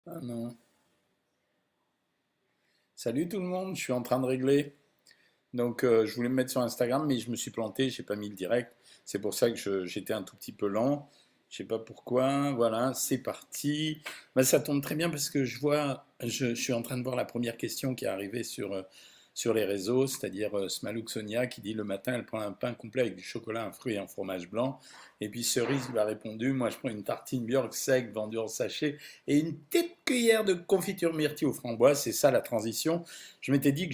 Ah non. Salut tout le monde, je suis en train de régler. Je voulais me mettre sur Instagram, mais je me suis planté, j'ai pas mis le direct. C'est pour ça que j'étais un tout petit peu lent. Je sais pas pourquoi. Voilà, c'est parti. Bah, ça tombe très bien parce que je suis en train de voir la première question qui est arrivée sur les réseaux, c'est-à-dire Smalouk Sonia qui dit le matin elle prend un pain complet avec du chocolat, un fruit et un fromage blanc. Et puis Cerise lui a répondu, moi je prends une tartine Björk sec vendue en sachet et une petite cuillère de confiture myrtille aux framboises. C'est ça la transition. Je m'étais dit que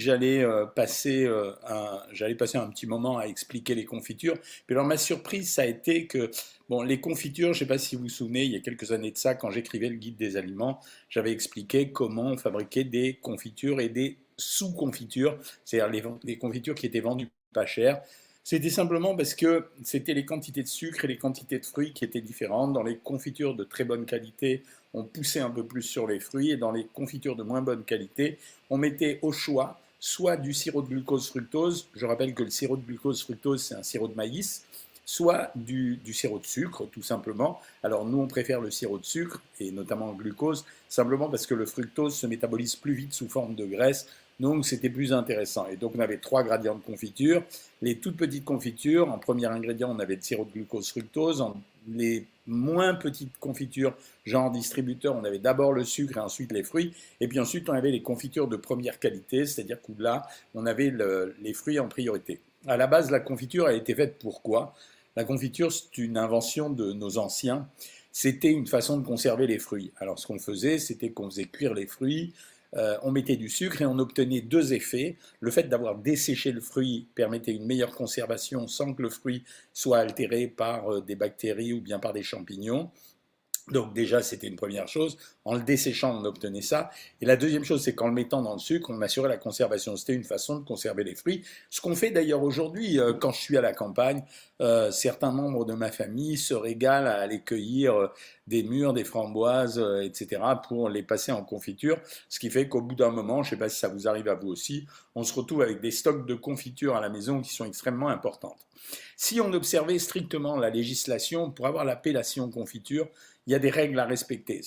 j'allais passer un petit moment à expliquer les confitures. Puis alors ma surprise, ça a été que bon, les confitures, je ne sais pas si vous vous souvenez, il y a quelques années de ça, quand j'écrivais le guide des aliments, j'avais expliqué comment on fabriquait des confitures et des sous-confitures, c'est-à-dire les confitures qui étaient vendues pas cher. C'était simplement parce que c'était les quantités de sucre et les quantités de fruits qui étaient différentes. Dans les confitures de très bonne qualité, on poussait un peu plus sur les fruits, et dans les confitures de moins bonne qualité, on mettait au choix soit du sirop de glucose fructose, je rappelle que le sirop de glucose fructose c'est un sirop de maïs, soit du sirop de sucre tout simplement. Alors nous on préfère le sirop de sucre et notamment le glucose simplement parce que le fructose se métabolise plus vite sous forme de graisse, donc c'était plus intéressant. Et donc on avait trois gradients de confiture. Les toutes petites confitures, en premier ingrédient on avait le sirop de glucose fructose, en les moins petites confitures, genre distributeur, on avait d'abord le sucre et ensuite les fruits, et puis ensuite on avait les confitures de première qualité, c'est-à-dire que là, on avait les fruits en priorité. À la base, la confiture a été faite pour quoi? La confiture, c'est une invention de nos anciens. C'était une façon de conserver les fruits. Alors, ce qu'on faisait, c'était qu'on faisait cuire les fruits, on mettait du sucre et on obtenait deux effets. Le fait d'avoir desséché le fruit permettait une meilleure conservation sans que le fruit soit altéré par des bactéries ou bien par des champignons. Donc déjà, c'était une première chose. En le desséchant, on obtenait ça. Et la deuxième chose, c'est qu'en le mettant dans le sucre, on assurait la conservation. C'était une façon de conserver les fruits. Ce qu'on fait d'ailleurs aujourd'hui, quand je suis à la campagne, certains membres de ma famille se régalent à aller cueillir des mûres, des framboises, etc., pour les passer en confiture. Ce qui fait qu'au bout d'un moment, je ne sais pas si ça vous arrive à vous aussi, on se retrouve avec des stocks de confiture à la maison qui sont extrêmement importantes. Si on observait strictement la législation, pour avoir l'appellation confiture, il y a des règles à respecter.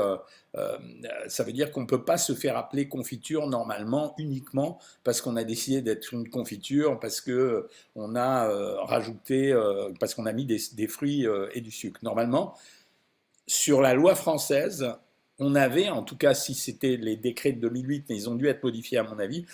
Euh, Ça veut dire qu'on ne peut pas se faire appeler confiture normalement uniquement parce qu'on a décidé d'être une confiture, parce qu'on a rajouté, parce qu'on a mis des fruits et du sucre. Normalement, sur la loi française, on avait, en tout cas si c'était les décrets de 2008, mais ils ont dû être modifiés à mon avis,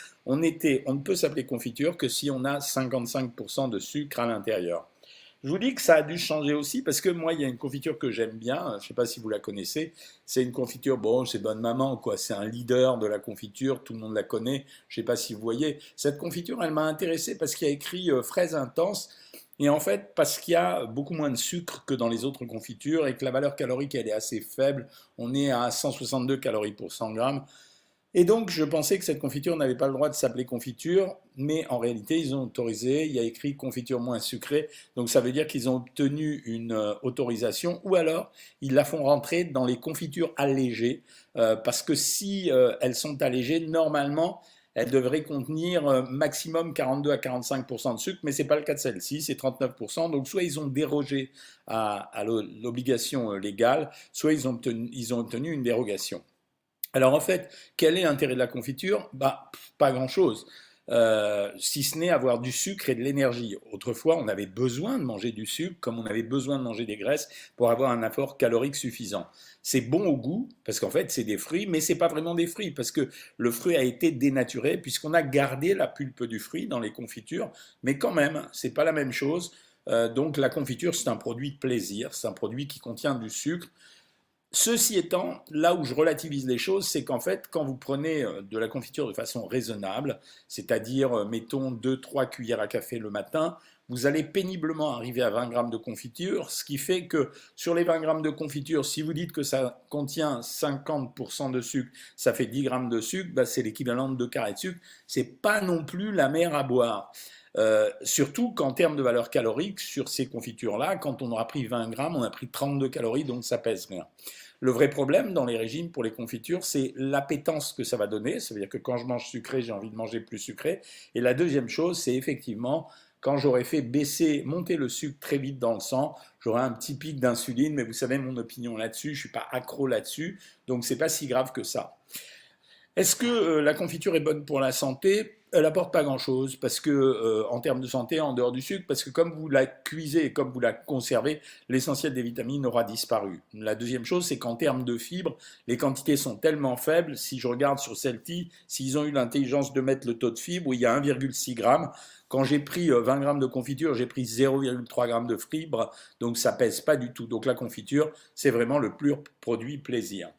on ne peut s'appeler confiture que si on a 55% de sucre à l'intérieur. Je vous dis que ça a dû changer aussi parce que moi, il y a une confiture que j'aime bien. Je ne sais pas si vous la connaissez. C'est une confiture, bon, c'est Bonne Maman, quoi. C'est un leader de la confiture. Tout le monde la connaît. Je ne sais pas si vous voyez. Cette confiture, elle m'a intéressé parce qu'il y a écrit fraise intense. Et en fait, parce qu'il y a beaucoup moins de sucre que dans les autres confitures et que la valeur calorique, elle est assez faible. On est à 162 calories pour 100 grammes. Et donc, je pensais que cette confiture n'avait pas le droit de s'appeler confiture, mais en réalité, ils ont autorisé, il y a écrit confiture moins sucrée, donc ça veut dire qu'ils ont obtenu une autorisation, ou alors ils la font rentrer dans les confitures allégées, parce que si elles sont allégées, normalement, elles devraient contenir maximum 42 à 45% de sucre, mais ce n'est pas le cas de celle-ci, c'est 39%, donc soit ils ont dérogé à l'obligation légale, soit ils ont obtenu une dérogation. Alors en fait, quel est l'intérêt de la confiture? Bah, pas grand-chose, si ce n'est avoir du sucre et de l'énergie. Autrefois, on avait besoin de manger du sucre comme on avait besoin de manger des graisses pour avoir un apport calorique suffisant. C'est bon au goût parce qu'en fait c'est des fruits, mais c'est pas vraiment des fruits parce que le fruit a été dénaturé puisqu'on a gardé la pulpe du fruit dans les confitures, mais quand même c'est pas la même chose. Donc la confiture c'est un produit de plaisir, c'est un produit qui contient du sucre. Ceci étant, là où je relativise les choses, c'est qu'en fait, quand vous prenez de la confiture de façon raisonnable, c'est-à-dire, mettons, 2-3 cuillères à café le matin, vous allez péniblement arriver à 20 grammes de confiture, ce qui fait que sur les 20 grammes de confiture, si vous dites que ça contient 50% de sucre, ça fait 10 grammes de sucre, bah c'est l'équivalent de 2 carrés de sucre. C'est pas non plus la mer à boire. Surtout qu'en termes de valeur calorique, sur ces confitures-là, quand on aura pris 20 grammes, on a pris 32 calories, donc ça pèse rien. Le vrai problème dans les régimes pour les confitures, c'est l'appétence que ça va donner. Ça veut dire que quand je mange sucré, j'ai envie de manger plus sucré. Et la deuxième chose, c'est effectivement quand j'aurai fait monter le sucre très vite dans le sang, j'aurai un petit pic d'insuline, mais vous savez mon opinion là-dessus, je ne suis pas accro là-dessus, donc c'est pas si grave que ça. Est-ce que la confiture est bonne pour la santé? Elle apporte pas grand-chose parce que en termes de santé, en dehors du sucre, parce que comme vous la cuisez et comme vous la conservez, l'essentiel des vitamines aura disparu. La deuxième chose, c'est qu'en termes de fibres, les quantités sont tellement faibles. Si je regarde sur celle-ci, s'ils ont eu l'intelligence de mettre le taux de fibres, où il y a 1,6 g. Quand j'ai pris 20 g de confiture, j'ai pris 0,3 g de fibres, donc ça pèse pas du tout. Donc la confiture, c'est vraiment le pur produit plaisir.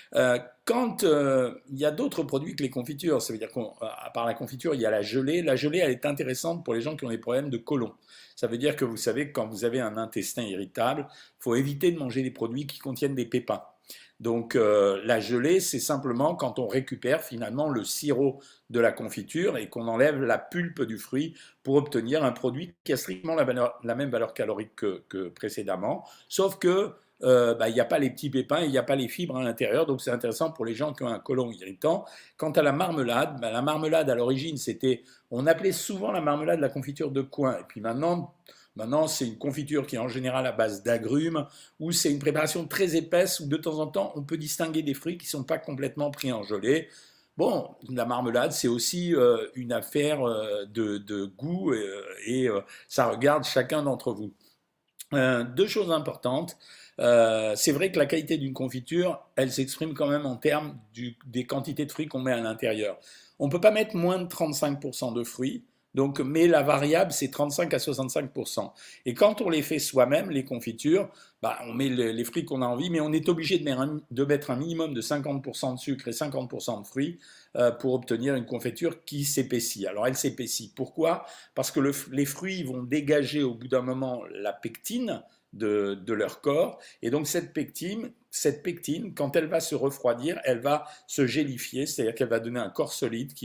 Quand il y a d'autres produits que les confitures, ça veut dire qu'à part la confiture, il y a la gelée. La gelée, elle est intéressante pour les gens qui ont des problèmes de côlon. Ça veut dire que vous savez que quand vous avez un intestin irritable, il faut éviter de manger des produits qui contiennent des pépins. Donc la gelée, c'est simplement quand on récupère finalement le sirop de la confiture et qu'on enlève la pulpe du fruit pour obtenir un produit qui a strictement la même valeur calorique que précédemment, sauf que il n'y a pas les petits pépins, il n'y a pas les fibres à l'intérieur, donc c'est intéressant pour les gens qui ont un côlon irritant. Quant à la marmelade à l'origine, on appelait souvent la marmelade la confiture de coin, et puis maintenant c'est une confiture qui est en général à base d'agrumes, ou c'est une préparation très épaisse où de temps en temps on peut distinguer des fruits qui ne sont pas complètement pris en gelée. Bon, la marmelade, c'est aussi une affaire de goût et ça regarde chacun d'entre vous. Deux choses importantes. C'est vrai que la qualité d'une confiture, elle s'exprime quand même en termes des quantités de fruits qu'on met à l'intérieur. On ne peut pas mettre moins de 35% de fruits, donc, mais la variable, c'est 35 à 65%. Et quand on les fait soi-même, les confitures, on met les fruits qu'on a envie, mais on est obligé de mettre un minimum de 50% de sucre et 50% de fruits pour obtenir une confiture qui s'épaissit. Alors elle s'épaissit. Pourquoi? Parce que les fruits vont dégager au bout d'un moment la pectine de leur corps. Et donc cette pectine, quand elle va se refroidir, elle va se gélifier, c'est-à-dire qu'elle va donner un corps solide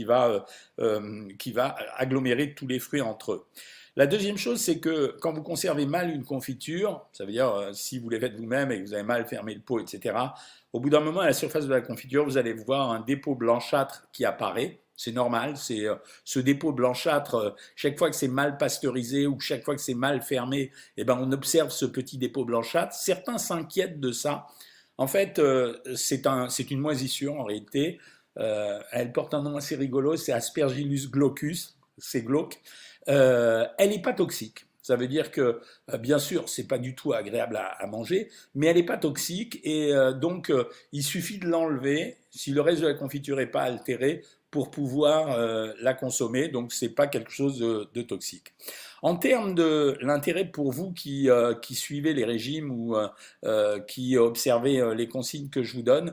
qui va agglomérer tous les fruits entre eux. La deuxième chose, c'est que quand vous conservez mal une confiture, ça veut dire si vous les faites vous-même et que vous avez mal fermé le pot, etc., au bout d'un moment, à la surface de la confiture, vous allez voir un dépôt blanchâtre qui apparaît. C'est normal, c'est ce dépôt blanchâtre, chaque fois que c'est mal pasteurisé ou chaque fois que c'est mal fermé, eh ben, on observe ce petit dépôt blanchâtre. Certains s'inquiètent de ça. En fait, c'est une moisissure en réalité. Elle porte un nom assez rigolo, c'est Aspergillus glaucus, c'est glauque. Elle n'est pas toxique. Ça veut dire que, bien sûr, c'est pas du tout agréable à manger, mais elle n'est pas toxique et donc il suffit de l'enlever si le reste de la confiture n'est pas altéré pour pouvoir la consommer. Donc c'est pas quelque chose de toxique. En termes de l'intérêt pour vous qui suivez les régimes ou qui observez les consignes que je vous donne,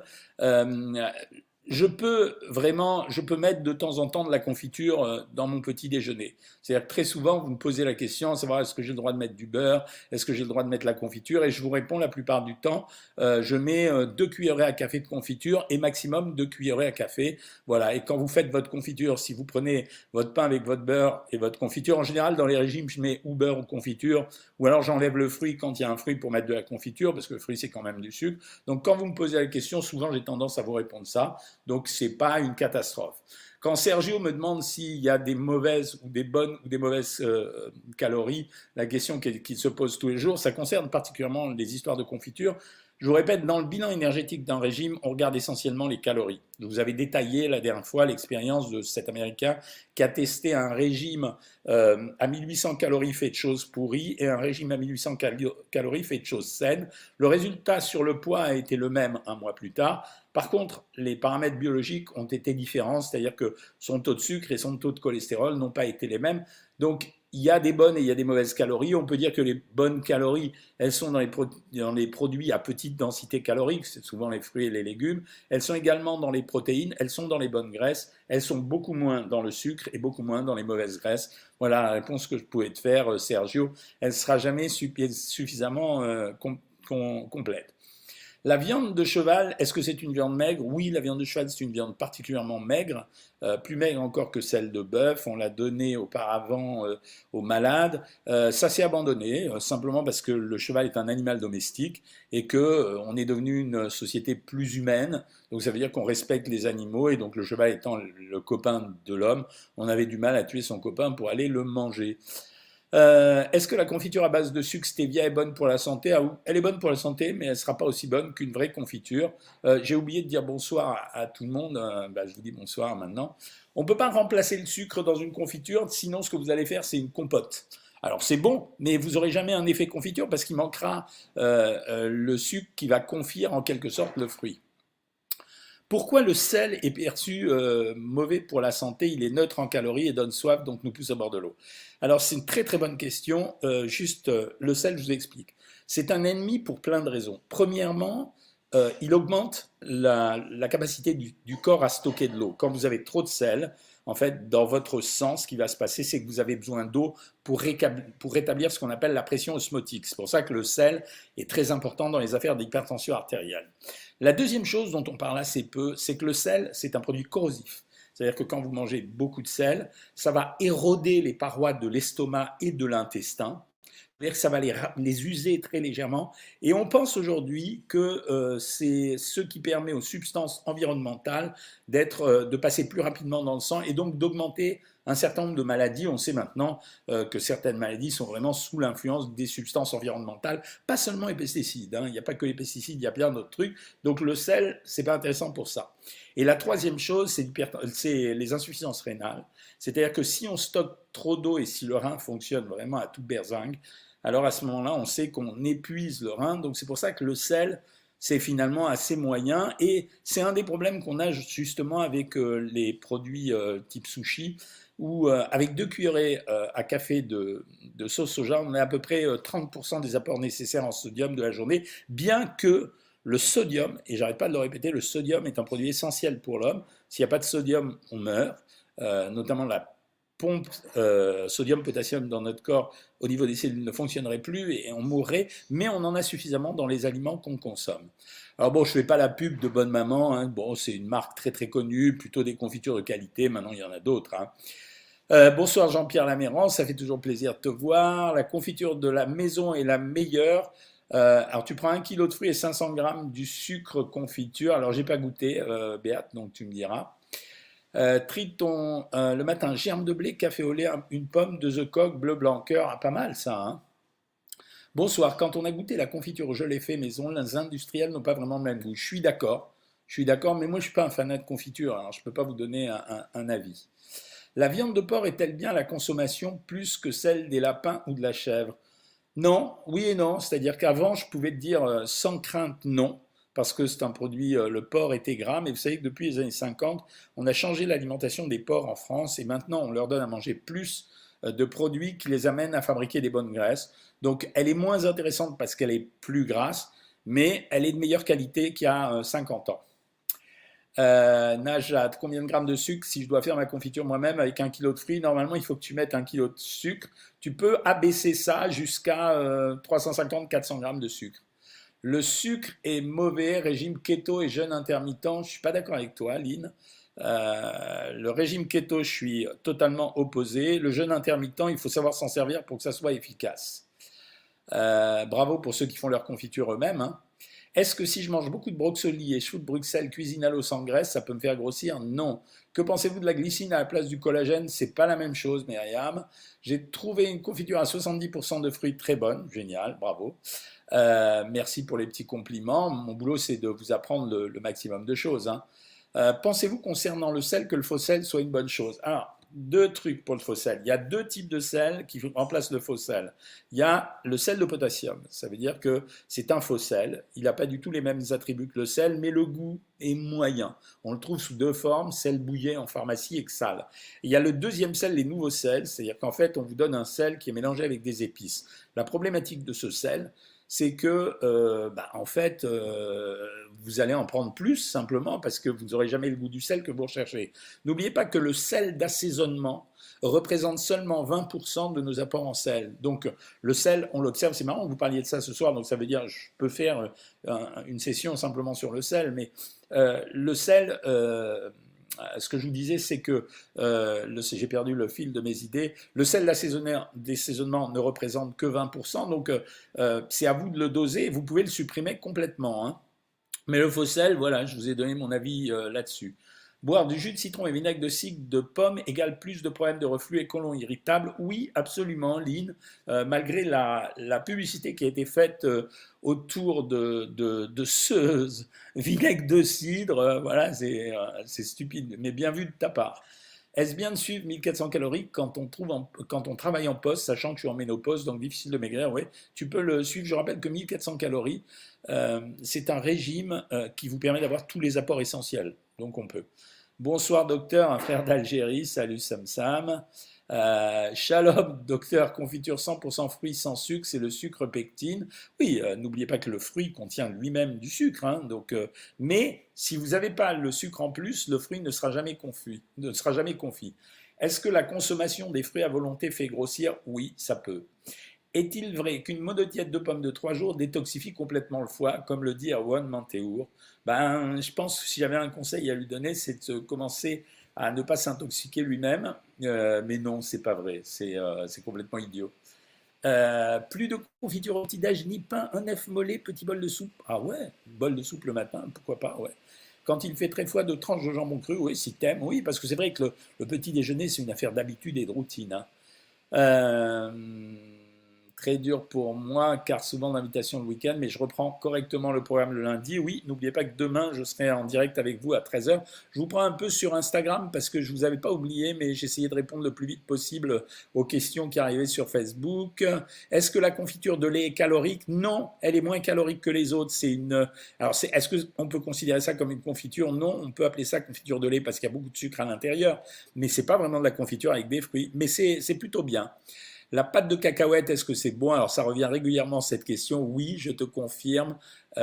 je peux mettre de temps en temps de la confiture dans mon petit déjeuner. C'est-à-dire que très souvent, vous me posez la question, à savoir est-ce que j'ai le droit de mettre du beurre, est-ce que j'ai le droit de mettre la confiture, et je vous réponds la plupart du temps, je mets 2 cuillerées à café de confiture et maximum 2 cuillerées à café. Voilà. Et quand vous faites votre confiture, si vous prenez votre pain avec votre beurre et votre confiture, en général dans les régimes, je mets ou beurre ou confiture, ou alors j'enlève le fruit quand il y a un fruit pour mettre de la confiture, parce que le fruit c'est quand même du sucre. Donc quand vous me posez la question, souvent j'ai tendance à vous répondre ça. Donc ce n'est pas une catastrophe. Quand Sergio me demande s'il y a des mauvaises ou des bonnes ou des mauvaises calories, la question qui se pose tous les jours, ça concerne particulièrement les histoires de confiture. Je vous répète, dans le bilan énergétique d'un régime, on regarde essentiellement les calories. Vous avez détaillé la dernière fois l'expérience de cet Américain qui a testé un régime à 1800 calories fait de choses pourries et un régime à 1800 calories fait de choses saines. Le résultat sur le poids a été le même un mois plus tard. Par contre, les paramètres biologiques ont été différents, c'est-à-dire que son taux de sucre et son taux de cholestérol n'ont pas été les mêmes. Donc, il y a des bonnes et il y a des mauvaises calories. On peut dire que les bonnes calories, elles sont dans les produits à petite densité calorique, c'est souvent les fruits et les légumes. Elles sont également dans les protéines, elles sont dans les bonnes graisses, elles sont beaucoup moins dans le sucre et beaucoup moins dans les mauvaises graisses. Voilà la réponse que je pouvais te faire, Sergio. Elle ne sera jamais suffisamment complète. La viande de cheval, est-ce que c'est une viande maigre? Oui, la viande de cheval, c'est une viande particulièrement maigre, plus maigre encore que celle de bœuf. On l'a donnée auparavant aux malades. Ça s'est abandonné, simplement parce que le cheval est un animal domestique et qu'on est devenu une société plus humaine. Donc ça veut dire qu'on respecte les animaux et donc le cheval étant le copain de l'homme, on avait du mal à tuer son copain pour aller le manger. Est-ce que la confiture à base de sucre stevia est bonne pour la santé? Ah, elle est bonne pour la santé, mais elle ne sera pas aussi bonne qu'une vraie confiture. J'ai oublié de dire bonsoir à tout le monde. Je vous dis bonsoir maintenant. On ne peut pas remplacer le sucre dans une confiture, sinon ce que vous allez faire, c'est une compote. Alors c'est bon, mais vous n'aurez jamais un effet confiture parce qu'il manquera le sucre qui va confire en quelque sorte le fruit. Pourquoi le sel est perçu mauvais pour la santé? Il est neutre en calories et donne soif, donc nous pousse à bord de l'eau. Alors c'est une très très bonne question. Le sel, je vous explique. C'est un ennemi pour plein de raisons. Premièrement, il augmente la capacité du corps à stocker de l'eau. Quand vous avez trop de sel, en fait, dans votre sang, ce qui va se passer, c'est que vous avez besoin d'eau pour rétablir ce qu'on appelle la pression osmotique. C'est pour ça que le sel est très important dans les affaires d'hypertension artérielle. La deuxième chose dont on parle assez peu, c'est que le sel, c'est un produit corrosif. C'est-à-dire que quand vous mangez beaucoup de sel, ça va éroder les parois de l'estomac et de l'intestin. C'est-à-dire que ça va les user très légèrement. Et on pense aujourd'hui que c'est ce qui permet aux substances environnementales de passer plus rapidement dans le sang et donc d'augmenter un certain nombre de maladies. On sait maintenant que certaines maladies sont vraiment sous l'influence des substances environnementales, pas seulement les pesticides. Il n'y a pas que les pesticides, il y a plein d'autres trucs. Donc le sel, c'est pas intéressant pour ça. Et la troisième chose, c'est les insuffisances rénales. C'est-à-dire que si on stocke trop d'eau et si le rein fonctionne vraiment à toute berzingue, alors à ce moment-là, on sait qu'on épuise le rein. Donc c'est pour ça que le sel, c'est finalement assez moyen. Et c'est un des problèmes qu'on a justement avec les produits type sushi, où avec 2 cuillerées à café de sauce soja, on a à peu près 30% des apports nécessaires en sodium de la journée, bien que le sodium, et j'arrête pas de le répéter, le sodium est un produit essentiel pour l'homme. S'il n'y a pas de sodium, on meurt, notamment la pompe sodium-potassium dans notre corps au niveau des cellules ne fonctionnerait plus et on mourrait, mais on en a suffisamment dans les aliments qu'on consomme. Alors bon, je ne fais pas la pub de Bonne Maman, hein. Bon, c'est une marque très très connue, plutôt des confitures de qualité, maintenant il y en a d'autres. Hein. Bonsoir Jean-Pierre Laméran, ça fait toujours plaisir de te voir. La confiture de la maison est la meilleure. Alors tu prends 1 kg de fruits et 500 grammes du sucre confiture. Alors j'ai pas goûté, Béate, donc tu me diras. Triton, le matin, germe de blé, café au lait, une pomme, 2 œufs coques, bleu blanc cœur. Ah, pas mal ça, hein. Bonsoir, quand on a goûté la confiture je l'ai fait maison, les industriels n'ont pas vraiment le même goût. Je suis d'accord, mais moi je ne suis pas un fanat de confiture, alors je ne peux pas vous donner un avis. La viande de porc est-elle bien à la consommation plus que celle des lapins ou de la chèvre? Non, oui et non, c'est-à-dire qu'avant je pouvais te dire sans crainte non, parce que c'est un produit, le porc était gras, mais vous savez que depuis les années 50, on a changé l'alimentation des porcs en France et maintenant on leur donne à manger plus de produits qui les amènent à fabriquer des bonnes graisses. Donc elle est moins intéressante parce qu'elle est plus grasse, mais elle est de meilleure qualité qu'il y a 50 ans. Najat, combien de grammes de sucre si je dois faire ma confiture moi-même avec 1 kg de fruits? Normalement, il faut que tu mettes 1 kg de sucre. Tu peux abaisser ça jusqu'à 350-400 grammes de sucre. Le sucre est mauvais, régime keto et jeûne intermittent. Je ne suis pas d'accord avec toi, Lynn. Le régime keto, je suis totalement opposé. Le jeûne intermittent, il faut savoir s'en servir pour que ça soit efficace. Bravo pour ceux qui font leur confiture eux-mêmes. Hein. Est-ce que si je mange beaucoup de brocoli et choux de Bruxelles cuisinés à l'eau sans graisse, ça peut me faire grossir? Non. Que pensez-vous de la glycine à la place du collagène? C'est pas la même chose, Myriam. J'ai trouvé une confiture à 70% de fruits très bonne. Génial, bravo. Merci pour les petits compliments. Mon boulot, c'est de vous apprendre le maximum de choses. Hein. Pensez-vous concernant le sel que le faux sel soit une bonne chose? Alors, 2 trucs pour le faux sel. Il y a 2 types de sel qui remplacent le faux sel. Il y a le sel de potassium. Ça veut dire que c'est un faux sel. Il n'a pas du tout les mêmes attributs que le sel, mais le goût est moyen. On le trouve sous 2 formes, sel bouillet en pharmacie et xal. Et il y a le deuxième sel, les nouveaux sels. C'est-à-dire qu'en fait, on vous donne un sel qui est mélangé avec des épices. La problématique de ce sel, c'est que en fait, vous allez en prendre plus simplement parce que vous n'aurez jamais le goût du sel que vous recherchez. N'oubliez pas que le sel d'assaisonnement représente seulement 20% de nos apports en sel. Donc le sel, on l'observe, c'est marrant, vous parliez de ça ce soir, donc ça veut dire je peux faire une session simplement sur le sel, mais le sel... ce que je vous disais, c'est que, j'ai perdu le fil de mes idées, le sel d'assaisonnement ne représente que 20%, donc c'est à vous de le doser, vous pouvez le supprimer complètement. Hein. Mais le faux sel, voilà, je vous ai donné mon avis là-dessus. Boire du jus de citron et vinaigre de cidre de pomme égale plus de problèmes de reflux et côlon irritable. Oui, absolument, Lynn. Malgré la publicité qui a été faite autour de ce vinaigre de cidre, voilà, c'est stupide, mais bien vu de ta part. Est-ce bien de suivre 1400 calories quand on travaille en poste, sachant que je suis en ménopause, donc difficile de maigrir? Oui, tu peux le suivre. Je rappelle que 1400 calories, c'est un régime qui vous permet d'avoir tous les apports essentiels. Donc on peut. Bonsoir docteur, un frère d'Algérie, salut Sam Sam. Shalom docteur, confiture 100% fruits sans sucre, c'est le sucre pectine. Oui, n'oubliez pas que le fruit contient lui-même du sucre, hein, mais si vous n'avez pas le sucre en plus, le fruit ne sera jamais confit. Ne sera jamais confit. Est-ce que la consommation des fruits à volonté fait grossir? Oui, ça peut. Est-il vrai qu'une monodiète de pommes de 3 jours détoxifie complètement le foie, comme le dit Erwan Manteour? Ben, je pense que si j'avais un conseil à lui donner, c'est de commencer à ne pas s'intoxiquer lui-même. Mais non, c'est pas vrai, c'est complètement idiot. Plus de confiture au petit-déj, ni pain, un œuf mollet, petit bol de soupe. Ah ouais, bol de soupe le matin, pourquoi pas, ouais. Quand il fait très froid, de tranches de jambon cru, oui, si t'aimes, oui, parce que c'est vrai que le petit déjeuner, c'est une affaire d'habitude et de routine, hein. Euh, Très dur pour moi, car souvent d'invitation le week-end, mais je reprends correctement le programme le lundi. Oui, n'oubliez pas que demain, je serai en direct avec vous à 13h. Je vous prends un peu sur Instagram parce que je ne vous avais pas oublié, mais j'essayais de répondre le plus vite possible aux questions qui arrivaient sur Facebook. Est-ce que la confiture de lait est calorique? Non, elle est moins calorique que les autres. Est-ce qu'on peut considérer ça comme une confiture? Non, on peut appeler ça confiture de lait parce qu'il y a beaucoup de sucre à l'intérieur, mais c'est pas vraiment de la confiture avec des fruits. Mais c'est plutôt bien. La pâte de cacahuète, est-ce que c'est bon? Alors ça revient régulièrement cette question. Oui, je te confirme,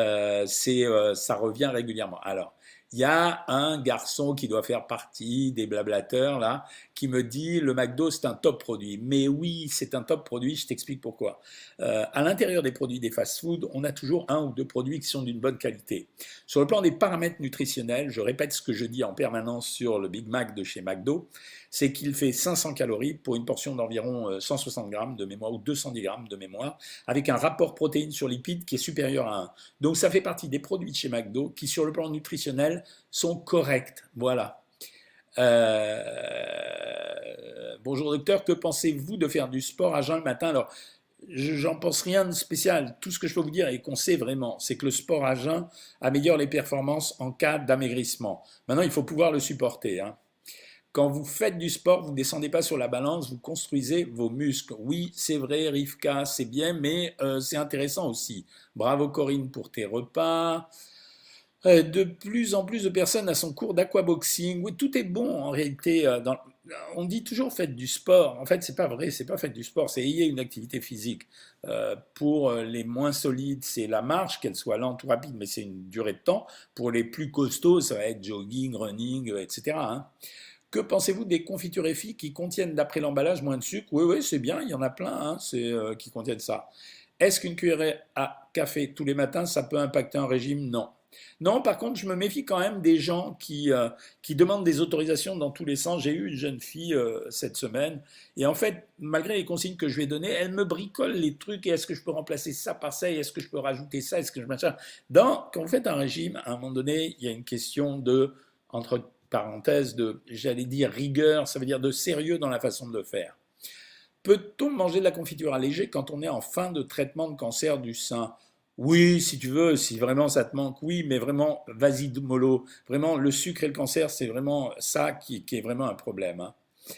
ça revient régulièrement. Alors, il y a un garçon qui doit faire partie des blablateurs là, qui me dit le McDo c'est un top produit. Mais oui, c'est un top produit. Je t'explique pourquoi. À l'intérieur des produits des fast-food, on a toujours un ou deux produits qui sont d'une bonne qualité. Sur le plan des paramètres nutritionnels, je répète ce que je dis en permanence sur le Big Mac de chez McDo, c'est qu'il fait 500 calories pour une portion d'environ 160 grammes de mémoire ou 210 grammes de mémoire, avec un rapport protéines sur lipides qui est supérieur à 1. Donc ça fait partie des produits de chez McDo qui, sur le plan nutritionnel, sont corrects. Voilà. Bonjour docteur, que pensez-vous de faire du sport à jeun le matin? Alors, j'en pense rien de spécial. Tout ce que je peux vous dire et qu'on sait vraiment, c'est que le sport à jeun améliore les performances en cas d'amaigrissement. Maintenant, il faut pouvoir le supporter, hein. Quand vous faites du sport, vous ne descendez pas sur la balance, vous construisez vos muscles. Oui, c'est vrai, Rivka, c'est bien, mais c'est intéressant aussi. Bravo Corinne pour tes repas. De plus en plus de personnes à son cours d'aquaboxing. Oui, tout est bon en réalité. On dit toujours faites du sport. En fait, c'est pas vrai, c'est pas faites du sport, c'est ayez une activité physique. Pour les moins solides, c'est la marche, qu'elle soit lente ou rapide, mais c'est une durée de temps. Pour les plus costauds, ça va être jogging, running, etc., hein. Que pensez-vous des confitures EFI qui contiennent, d'après l'emballage, moins de sucre? Oui, oui, c'est bien, il y en a plein, hein, qui contiennent ça. Est-ce qu'une cuillerée à café tous les matins, ça peut impacter un régime? Non. Non, par contre, je me méfie quand même des gens qui demandent des autorisations dans tous les sens. J'ai eu une jeune fille cette semaine, et en fait, malgré les consignes que je lui ai données, elle me bricole les trucs, et est-ce que je peux remplacer ça par ça, et est-ce que je peux rajouter ça, est-ce que je machin. Quand vous faites un régime, à un moment donné, il y a une question de, entre parenthèses, j'allais dire rigueur, ça veut dire de sérieux dans la façon de le faire. Peut-on manger de la confiture allégée quand on est en fin de traitement de cancer du sein? Oui, si tu veux, si vraiment ça te manque, oui, mais vraiment, vas-y mollo. Vraiment, le sucre et le cancer, c'est vraiment ça qui est vraiment un problème, hein.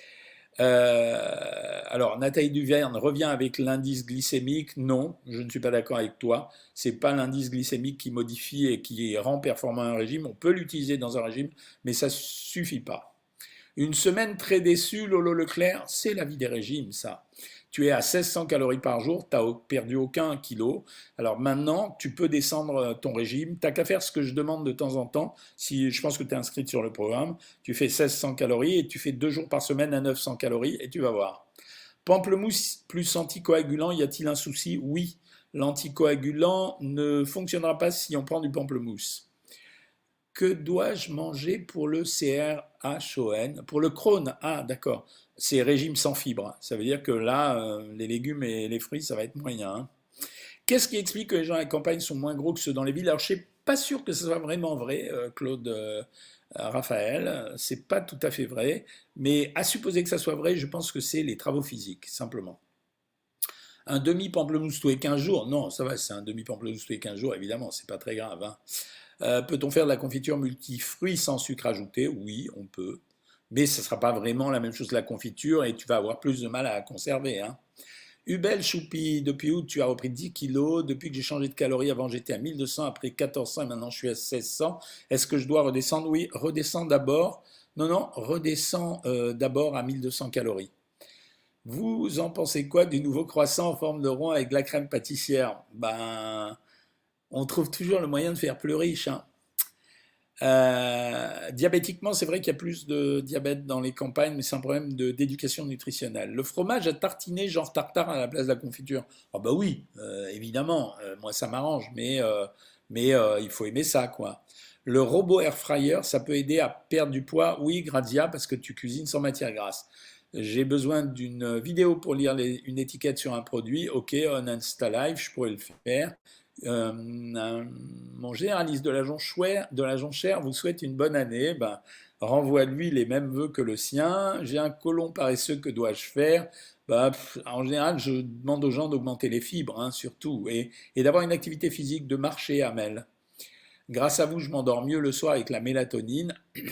Alors, Nathalie Duverne revient avec l'indice glycémique. Non, je ne suis pas d'accord avec toi. C'est pas l'indice glycémique qui modifie et qui rend performant un régime. On peut l'utiliser dans un régime, mais ça suffit pas. Une semaine très déçue, Lolo Leclerc, c'est la vie des régimes, ça. Tu es à 1600 calories par jour, tu n'as perdu aucun kilo. Alors maintenant, tu peux descendre ton régime. Tu n'as qu'à faire ce que je demande de temps en temps. Si je pense que tu es inscrite sur le programme, tu fais 1600 calories et tu fais 2 jours par semaine à 900 calories et tu vas voir. Pamplemousse plus anticoagulant, y a-t-il un souci? Oui, l'anticoagulant ne fonctionnera pas si on prend du pamplemousse. Que dois-je manger pour le CRHON? Pour le Crohn, ah d'accord, c'est régime sans fibres. Ça veut dire que là, les légumes et les fruits, ça va être moyen, hein. Qu'est-ce qui explique que les gens à la campagne sont moins gros que ceux dans les villes? Alors je ne suis pas sûr que ce soit vraiment vrai, Claude Raphaël. C'est pas tout à fait vrai, mais à supposer que ça soit vrai, je pense que c'est les travaux physiques, simplement. Un demi-pamplemousse tous les 15 jours, non, ça va, c'est un demi-pamplemousse tous les 15 jours, évidemment, c'est pas très grave, hein. Peut-on faire de la confiture multifruits sans sucre ajouté? Oui, on peut. Mais ce ne sera pas vraiment la même chose que la confiture et tu vas avoir plus de mal à la conserver, hein. Hubel Choupi, depuis août, tu as repris 10 kilos. Depuis que j'ai changé de calories, avant j'étais à 1200, après 1400 et maintenant je suis à 1600. Est-ce que je dois redescendre? Oui, redescends d'abord. Non, non, redescends d'abord à 1200 calories. Vous en pensez quoi du nouveau croissant en forme de rond avec de la crème pâtissière? Ben, on trouve toujours le moyen de faire plus riche, hein. Diabétiquement, c'est vrai qu'il y a plus de diabète dans les campagnes, mais c'est un problème d'éducation nutritionnelle. Le fromage à tartiner, genre tartare à la place de la confiture. Ah bah oui, évidemment, moi ça m'arrange, mais il faut aimer ça, quoi. Le robot air fryer, ça peut aider à perdre du poids. Oui, Grazia, parce que tu cuisines sans matière grasse. J'ai besoin d'une vidéo pour lire une étiquette sur un produit. Ok, on Insta Live, je pourrais le faire. Mon généraliste de la Jonchère vous souhaite une bonne année. Ben, renvoie-lui les mêmes vœux que le sien. J'ai un côlon paresseux, que dois-je faire? Ben, en général, je demande aux gens d'augmenter les fibres, hein, surtout, et d'avoir une activité physique, de marcher, Amel. Grâce à vous, je m'endors mieux le soir avec la mélatonine.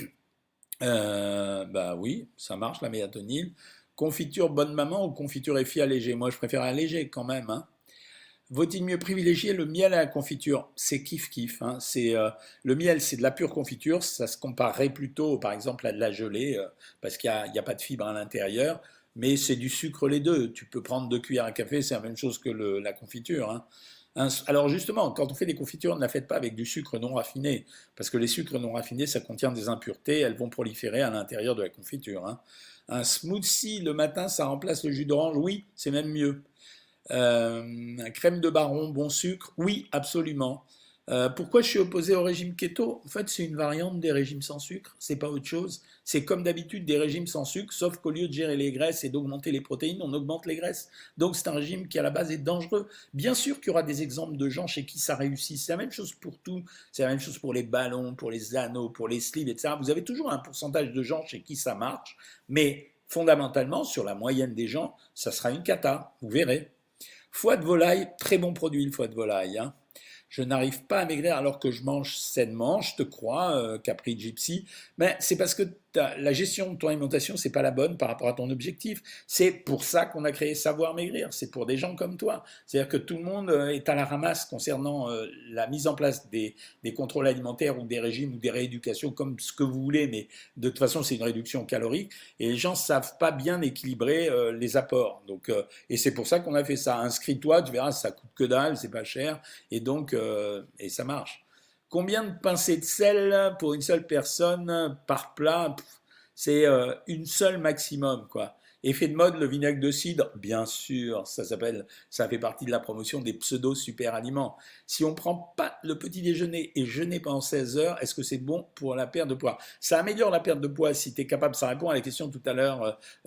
Bah oui, ça marche la mélatonine. Confiture bonne maman ou confiture effi allégée? Moi, je préfère allégée quand même, hein. Vaut-il mieux privilégier le miel à la confiture? C'est kiff-kiff, hein. Le miel, c'est de la pure confiture. Ça se comparerait plutôt, par exemple, à de la gelée, parce qu'il y a pas de fibres à l'intérieur. Mais c'est du sucre les deux. Tu peux prendre 2 cuillères à café, c'est la même chose que la confiture, hein. Alors justement, quand on fait des confitures, ne la faites pas avec du sucre non raffiné, parce que les sucres non raffinés, ça contient des impuretés, elles vont proliférer à l'intérieur de la confiture, hein. Un smoothie le matin, ça remplace le jus d'orange? Oui, c'est même mieux. Crème de baron, bon sucre? Oui, absolument. Pourquoi je suis opposé au régime keto? En fait, c'est une variante des régimes sans sucre, c'est pas autre chose. C'est comme d'habitude des régimes sans sucre, sauf qu'au lieu de gérer les graisses et d'augmenter les protéines, on augmente les graisses. Donc c'est un régime qui à la base est dangereux. Bien sûr qu'il y aura des exemples de gens chez qui ça réussit. C'est la même chose pour tout. C'est la même chose pour les ballons, pour les anneaux, pour les sleeves, etc. Vous avez toujours un pourcentage de gens chez qui ça marche, mais fondamentalement, sur la moyenne des gens, ça sera une cata. Vous verrez. Foie de volaille, très bon produit le foie de volaille, hein. Je n'arrive pas à maigrir alors que je mange sainement, je te crois, Capri Gypsy, mais c'est parce que la gestion de ton alimentation, c'est pas la bonne par rapport à ton objectif. C'est pour ça qu'on a créé Savoir Maigrir, c'est pour des gens comme toi. C'est-à-dire que tout le monde est à la ramasse concernant la mise en place des contrôles alimentaires ou des régimes ou des rééducations, comme ce que vous voulez, mais de toute façon, c'est une réduction calorique, et les gens ne savent pas bien équilibrer les apports. Donc, et c'est pour ça qu'on a fait ça. Inscris-toi, tu verras, ça coûte que dalle, c'est pas cher, et donc, et ça marche. Combien de pincées de sel pour une seule personne par plat? C'est une seule maximum, quoi. Effet de mode, le vinaigre de cidre, bien sûr, ça fait partie de la promotion des pseudo-super aliments. Si on ne prend pas le petit déjeuner et jeûner pendant 16 heures, est-ce que c'est bon pour la perte de poids? Ça améliore la perte de poids si tu es capable, ça répond à la question tout à l'heure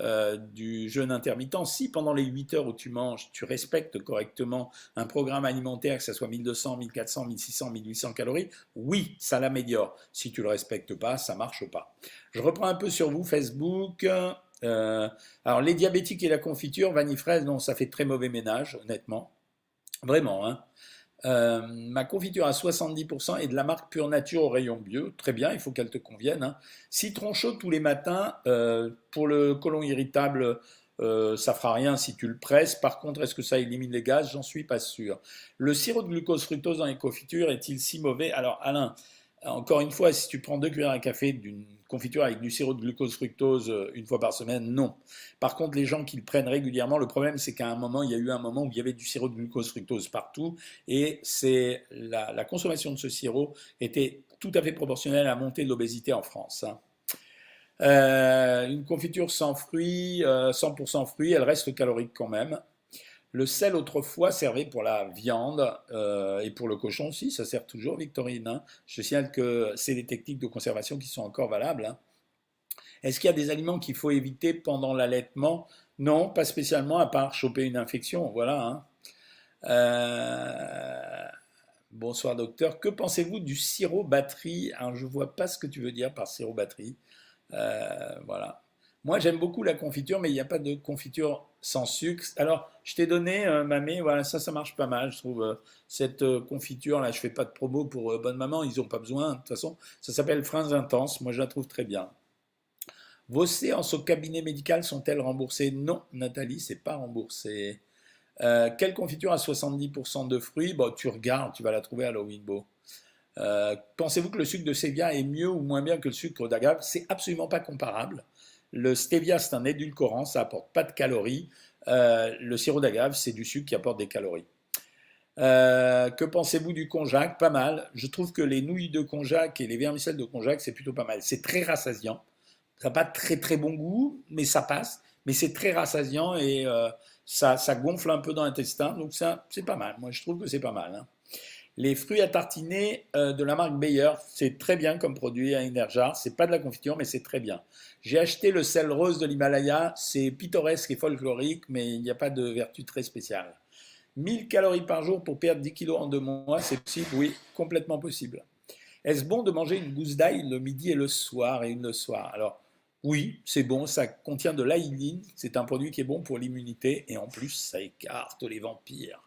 du jeûne intermittent. Si pendant les 8 heures où tu manges, tu respectes correctement un programme alimentaire, que ce soit 1200, 1400, 1600, 1800 calories, oui, ça l'améliore. Si tu ne le respectes pas, ça ne marche pas. Je reprends un peu sur vous, Facebook. Alors, les diabétiques et la confiture, vanille fraise, non, ça fait très mauvais ménage, honnêtement. Vraiment, hein. Ma confiture à 70% est de la marque Pure Nature au rayon bio. Très bien, il faut qu'elle te convienne, hein. Citron chaud tous les matins, pour le côlon irritable, ça fera rien si tu le presses. Par contre, est-ce que ça élimine les gaz? J'en suis pas sûr. Le sirop de glucose fructose dans les confitures est-il si mauvais? Alors, Alain, encore une fois, si tu prends 2 cuillères à café d'une confiture avec du sirop de glucose fructose une fois par semaine, non. Par contre, les gens qui le prennent régulièrement, le problème c'est qu'à un moment, il y a eu un moment où il y avait du sirop de glucose fructose partout, et la consommation de ce sirop était tout à fait proportionnelle à la montée de l'obésité en France, hein. Une confiture sans fruits, 100% fruits, elle reste calorique quand même. Le sel autrefois servait pour la viande et pour le cochon aussi, ça sert toujours, Victorine, hein. Je signale que c'est des techniques de conservation qui sont encore valables, hein. Est-ce qu'il y a des aliments qu'il faut éviter pendant l'allaitement? Non, pas spécialement, à part choper une infection, voilà, hein. Bonsoir docteur. Que pensez-vous du sirop batterie? Alors je ne vois pas ce que tu veux dire par sirop batterie. Voilà. Moi j'aime beaucoup la confiture, mais il n'y a pas de confiture sans sucre. Alors je t'ai donné Mamé, voilà, ça marche pas mal, je trouve. Cette confiture là, je fais pas de promo pour Bonne Maman, ils n'ont pas besoin. De toute façon, ça s'appelle Freins Intenses. Moi je la trouve très bien. Vos séances au cabinet médical sont-elles remboursées? Non, Nathalie, c'est pas remboursé. Quelle confiture à 70% de fruits? Bon, tu regardes, tu vas la trouver à l'Owinbo. Pensez-vous que le sucre de stevia est mieux ou moins bien que le sucre d'agave? C'est absolument pas comparable. Le stevia, c'est un édulcorant, ça apporte pas de calories. Le sirop d'agave, c'est du sucre qui apporte des calories. Que pensez-vous du konjac? Pas mal. Je trouve que les nouilles de konjac et les vermicelles de konjac, c'est plutôt pas mal. C'est très rassasiant. Ça n'a pas très très bon goût, mais ça passe. Mais c'est très rassasiant et ça gonfle un peu dans l'intestin. Donc ça, c'est pas mal. Moi, je trouve que c'est pas mal, hein. Les fruits à tartiner de la marque Bayer, c'est très bien comme produit à Energar. C'est pas de la confiture, mais c'est très bien. J'ai acheté le sel rose de l'Himalaya. C'est pittoresque et folklorique, mais il n'y a pas de vertu très spéciale. 1000 calories par jour pour perdre 10 kilos en 2 mois, c'est possible? Oui, complètement possible. Est-ce bon de manger une gousse d'ail le midi et le soir et une le soir? Alors, oui, c'est bon, ça contient de l'aïline, c'est un produit qui est bon pour l'immunité et en plus, ça écarte les vampires.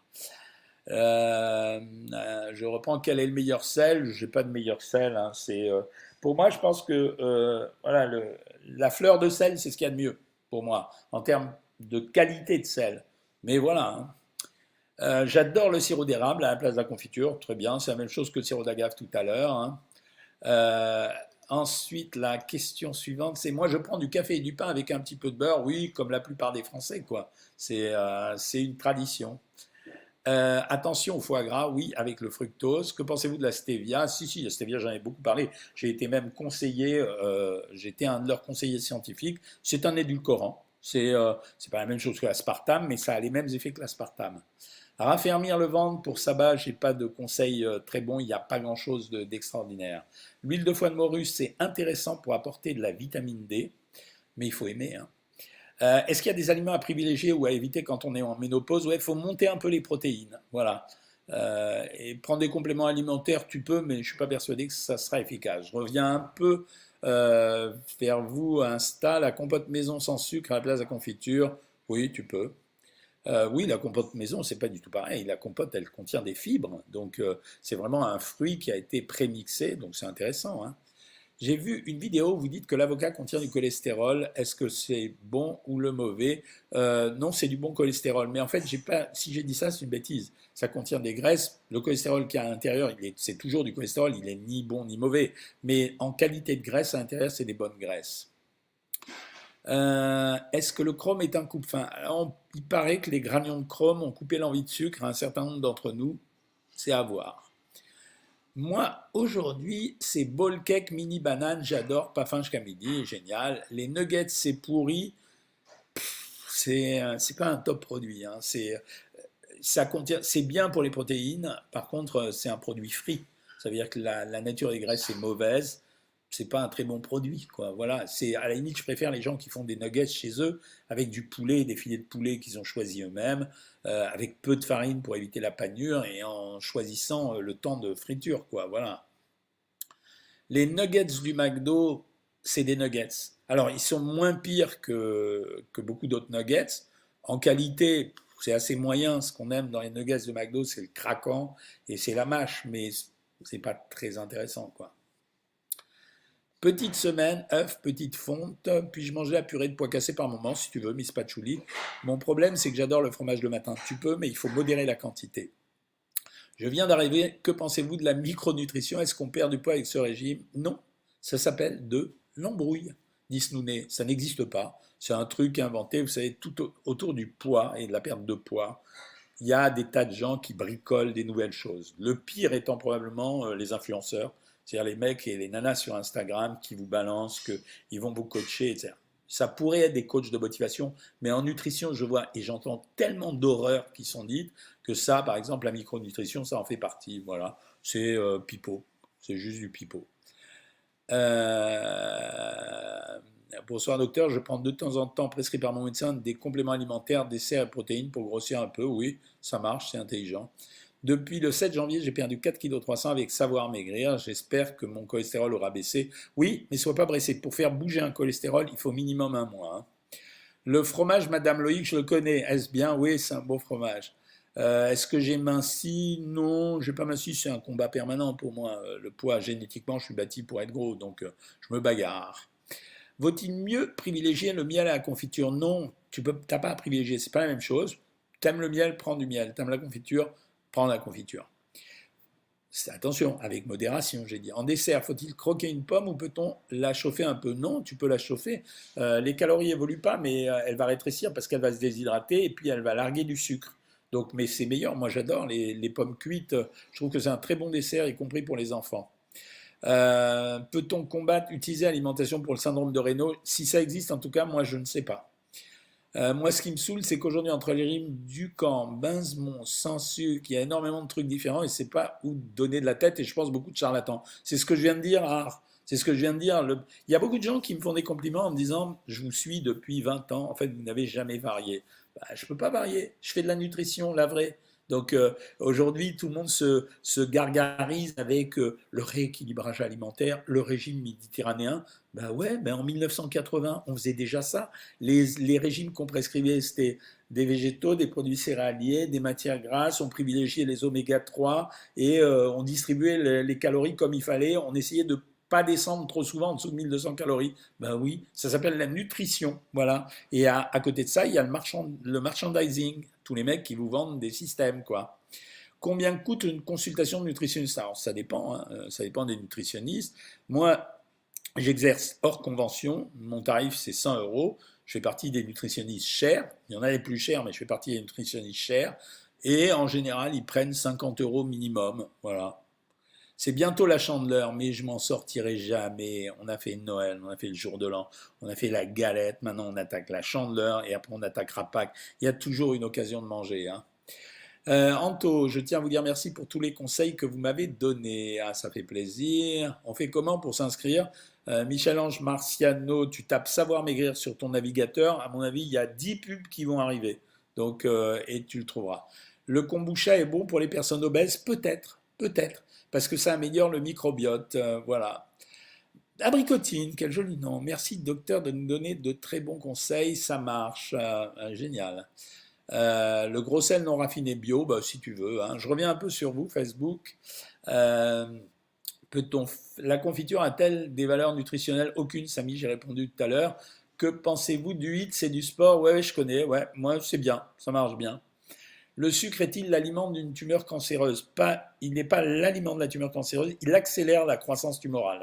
Je reprends quel est le meilleur sel? Je n'ai pas de meilleur sel, hein. Pour moi, je pense que voilà, la fleur de sel, c'est ce qu'il y a de mieux pour moi en termes de qualité de sel. Mais voilà, hein. J'adore le sirop d'érable à la place de la confiture, très bien, c'est la même chose que le sirop d'agave tout à l'heure, hein. Euh, Ensuite, la question suivante, c'est moi je prends du café et du pain avec un petit peu de beurre, oui, comme la plupart des Français, quoi. C'est une tradition. Attention au foie gras, oui, avec le fructose. Que pensez-vous de la stevia? Si, si, la stevia, j'en ai beaucoup parlé. J'ai été même conseiller, j'étais un de leurs conseillers scientifiques. C'est un édulcorant. C'est pas la même chose que l'aspartame, mais ça a les mêmes effets que l'aspartame. Raffermir le ventre pour Saba, j'ai pas de conseils très bons, il n'y a pas grand-chose d'extraordinaire. L'huile de foie de morue, c'est intéressant pour apporter de la vitamine D, mais il faut aimer, hein. Est-ce qu'il y a des aliments à privilégier ou à éviter quand on est en ménopause? Ouais, il faut monter un peu les protéines, voilà. Et prendre des compléments alimentaires, tu peux, mais je ne suis pas persuadé que ça sera efficace. Je reviens un peu vers vous, Insta, la compote maison sans sucre à la place de la confiture. Oui, tu peux. Oui, la compote maison, c'est pas du tout pareil. La compote, elle contient des fibres, donc c'est vraiment un fruit qui a été prémixé, donc c'est intéressant, hein. J'ai vu une vidéo où vous dites que l'avocat contient du cholestérol. Est-ce que c'est bon ou le mauvais? Non, c'est du bon cholestérol. Mais en fait, si j'ai dit ça, c'est une bêtise. Ça contient des graisses. Le cholestérol qui est à l'intérieur, c'est toujours du cholestérol. Il est ni bon ni mauvais. Mais en qualité de graisse, à l'intérieur, c'est des bonnes graisses. Est-ce que le chrome est un coupe-faim? Alors, il paraît que les granions de chrome ont coupé l'envie de sucre à un certain nombre d'entre nous. C'est à voir. Moi, aujourd'hui, c'est ball cake mini banane, j'adore, pas faim jusqu'à midi, génial. Les nuggets, c'est pourri, c'est pas un top produit, hein. C'est bien pour les protéines, par contre, c'est un produit free. Ça veut dire que la nature des graisses est mauvaise, c'est pas un très bon produit, quoi. Voilà, à la limite, je préfère les gens qui font des nuggets chez eux avec du poulet, des filets de poulet qu'ils ont choisis eux-mêmes, avec peu de farine pour éviter la panure et en choisissant le temps de friture, quoi. Voilà. Les nuggets du McDo, c'est des nuggets. Alors, ils sont moins pires que beaucoup d'autres nuggets. En qualité, c'est assez moyen. Ce qu'on aime dans les nuggets de McDo, c'est le craquant et c'est la mâche, mais c'est pas très intéressant, quoi. Petite semaine, œuf, petite fonte, puis-je manger la purée de pois cassés par moment, si tu veux, Miss Patchouli. Mon problème, c'est que j'adore le fromage le matin. Tu peux, mais il faut modérer la quantité. Je viens d'arriver, que pensez-vous de la micronutrition? Est-ce qu'on perd du poids avec ce régime? Non, ça s'appelle de l'embrouille, dit Snounet. Ça n'existe pas. C'est un truc inventé, vous savez, tout autour du poids et de la perte de poids. Il y a des tas de gens qui bricolent des nouvelles choses. Le pire étant probablement les influenceurs, c'est-à-dire les mecs et les nanas sur Instagram qui vous balancent qu'ils vont vous coacher, etc. Ça pourrait être des coachs de motivation, mais en nutrition, je vois et j'entends tellement d'horreurs qui sont dites que ça, par exemple, la micronutrition, ça en fait partie. Voilà, c'est pipeau, c'est juste du pipeau. Bonsoir docteur, je prends de temps en temps, prescrit par mon médecin, des compléments alimentaires, desserts et protéines pour grossir un peu. Oui, ça marche, c'est intelligent. Depuis le 7 janvier, j'ai perdu 4,3 kg avec Savoir Maigrir. J'espère que mon cholestérol aura baissé. Oui, mais sois pas pressé. Pour faire bouger un cholestérol, il faut minimum un mois. Hein. Le fromage, Madame Loïc, je le connais. Est-ce bien? Oui, c'est un beau fromage. Est-ce que j'ai minci? Non, j'ai pas minci, c'est un combat permanent pour moi. Le poids, génétiquement, je suis bâti pour être gros, donc je me bagarre. Vaut-il mieux privilégier le miel à la confiture? Non, tu n'as pas à privilégier, c'est pas la même chose. T'aimes le miel, prends du miel. T'aimes la confiture, prends la confiture. Attention, avec modération, j'ai dit. En dessert, faut-il croquer une pomme ou peut-on la chauffer un peu? Non, tu peux la chauffer. Les calories évoluent pas, mais elle va rétrécir parce qu'elle va se déshydrater et puis elle va larguer du sucre. Donc, mais c'est meilleur. Moi, j'adore les pommes cuites. Je trouve que c'est un très bon dessert, y compris pour les enfants. Peut-on combattre, utiliser l'alimentation pour le syndrome de Raynaud? Si ça existe, en tout cas, moi, je ne sais pas. Moi, ce qui me saoule, c'est qu'aujourd'hui, entre les rimes Ducamp, Benzemont, Sansu, il y a énormément de trucs différents et c'est pas où donner de la tête et je pense beaucoup de charlatans. C'est ce que je viens de dire, Art. C'est ce que je viens de dire. Il y a beaucoup de gens qui me font des compliments en me disant je vous suis depuis 20 ans, en fait, vous n'avez jamais varié. Bah, je ne peux pas varier. Je fais de la nutrition, la vraie. Donc aujourd'hui, tout le monde se gargarise avec le rééquilibrage alimentaire, le régime méditerranéen. Ben ouais, ben en 1980, on faisait déjà ça. Les régimes qu'on prescrivait, c'était des végétaux, des produits céréaliers, des matières grasses, on privilégiait les oméga 3 et on distribuait les calories comme il fallait. On essayait de pas descendre trop souvent en dessous de 1200 calories. Ben oui, ça s'appelle la nutrition. Voilà. Et à côté de ça, il y a le merchandising. Tous les mecs qui vous vendent des systèmes, quoi. Combien coûte une consultation de nutritionniste? Alors, ça dépend, hein, ça dépend des nutritionnistes. Moi, j'exerce hors convention. Mon tarif, c'est 100 euros. Je fais partie des nutritionnistes chers. Il y en a les plus chers, mais je fais partie des nutritionnistes chers. Et en général, ils prennent 50 euros minimum. Voilà. C'est bientôt la Chandeleur, mais je m'en sortirai jamais. On a fait Noël, on a fait le jour de l'an, on a fait la galette, maintenant on attaque la Chandeleur et après on attaquera Pâques. Il y a toujours une occasion de manger. Hein. Anto, je tiens à vous dire merci pour tous les conseils que vous m'avez donnés. Ah, ça fait plaisir. On fait comment pour s'inscrire? Michel-Ange Marciano, tu tapes Savoir Maigrir sur ton navigateur. À mon avis, il y a 10 pubs qui vont arriver. Donc, et tu le trouveras. Le kombucha est bon pour les personnes obèses? Peut-être, peut-être. Parce que ça améliore le microbiote. Voilà. Abricotine, quel joli nom. Merci, docteur, de nous donner de très bons conseils. Ça marche. Génial. Le gros sel non raffiné bio, bah, si tu veux. Hein. Je reviens un peu sur vous, Facebook. Euh, la confiture a-t-elle des valeurs nutritionnelles? Aucune, Samy, j'ai répondu tout à l'heure. Que pensez-vous du HIIT? C'est du sport? Ouais, je connais. Ouais, moi, c'est bien. Ça marche bien. Le sucre est-il l'aliment d'une tumeur cancéreuse? Pas, il n'est pas l'aliment de la tumeur cancéreuse, il accélère la croissance tumorale.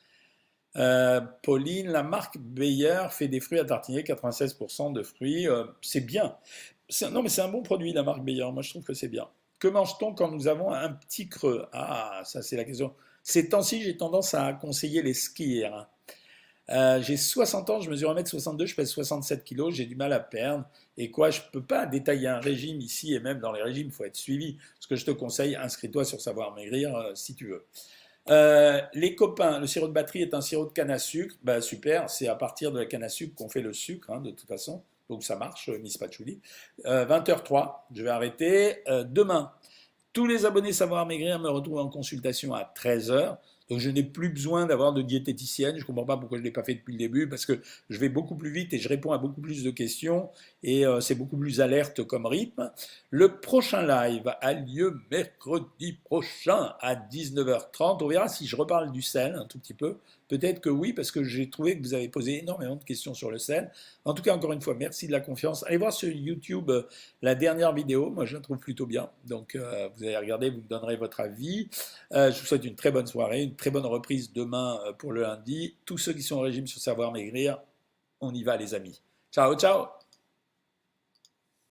Pauline, la marque Bayer fait des fruits à tartiner, 96% de fruits, c'est bien. Non, mais c'est un bon produit, la marque Bayer, moi je trouve que c'est bien. Que mange-t-on quand nous avons un petit creux? Ah, ça c'est la question. Ces temps-ci, j'ai tendance à conseiller les skiers. J'ai 60 ans, je mesure 1m62, je pèse 67 kg, j'ai du mal à perdre. Et quoi, je ne peux pas détailler un régime ici, et même dans les régimes, il faut être suivi. Ce que je te conseille, inscris-toi sur Savoir Maigrir si tu veux. Les copains, le sirop de batterie est un sirop de canne à sucre. Bah, super, c'est à partir de la canne à sucre qu'on fait le sucre, hein, de toute façon. Donc ça marche, Miss Patchouli. 20h03, je vais arrêter. Demain, tous les abonnés Savoir Maigrir me retrouvent en consultation à 13h. Donc je n'ai plus besoin d'avoir de diététicienne. Je ne comprends pas pourquoi je ne l'ai pas fait depuis le début, parce que je vais beaucoup plus vite et je réponds à beaucoup plus de questions et c'est beaucoup plus alerte comme rythme. Le prochain live a lieu mercredi prochain à 19h30. On verra si je reparle du sel un tout petit peu. Peut-être que oui, parce que j'ai trouvé que vous avez posé énormément de questions sur le sel. En tout cas, encore une fois, merci de la confiance. Allez voir sur YouTube la dernière vidéo. Moi, je la trouve plutôt bien. Donc, vous allez regarder, vous me donnerez votre avis. Je vous souhaite une très bonne soirée, une très bonne reprise demain pour le lundi. Tous ceux qui sont au régime sur Savoir Maigrir, on y va, les amis. Ciao, ciao!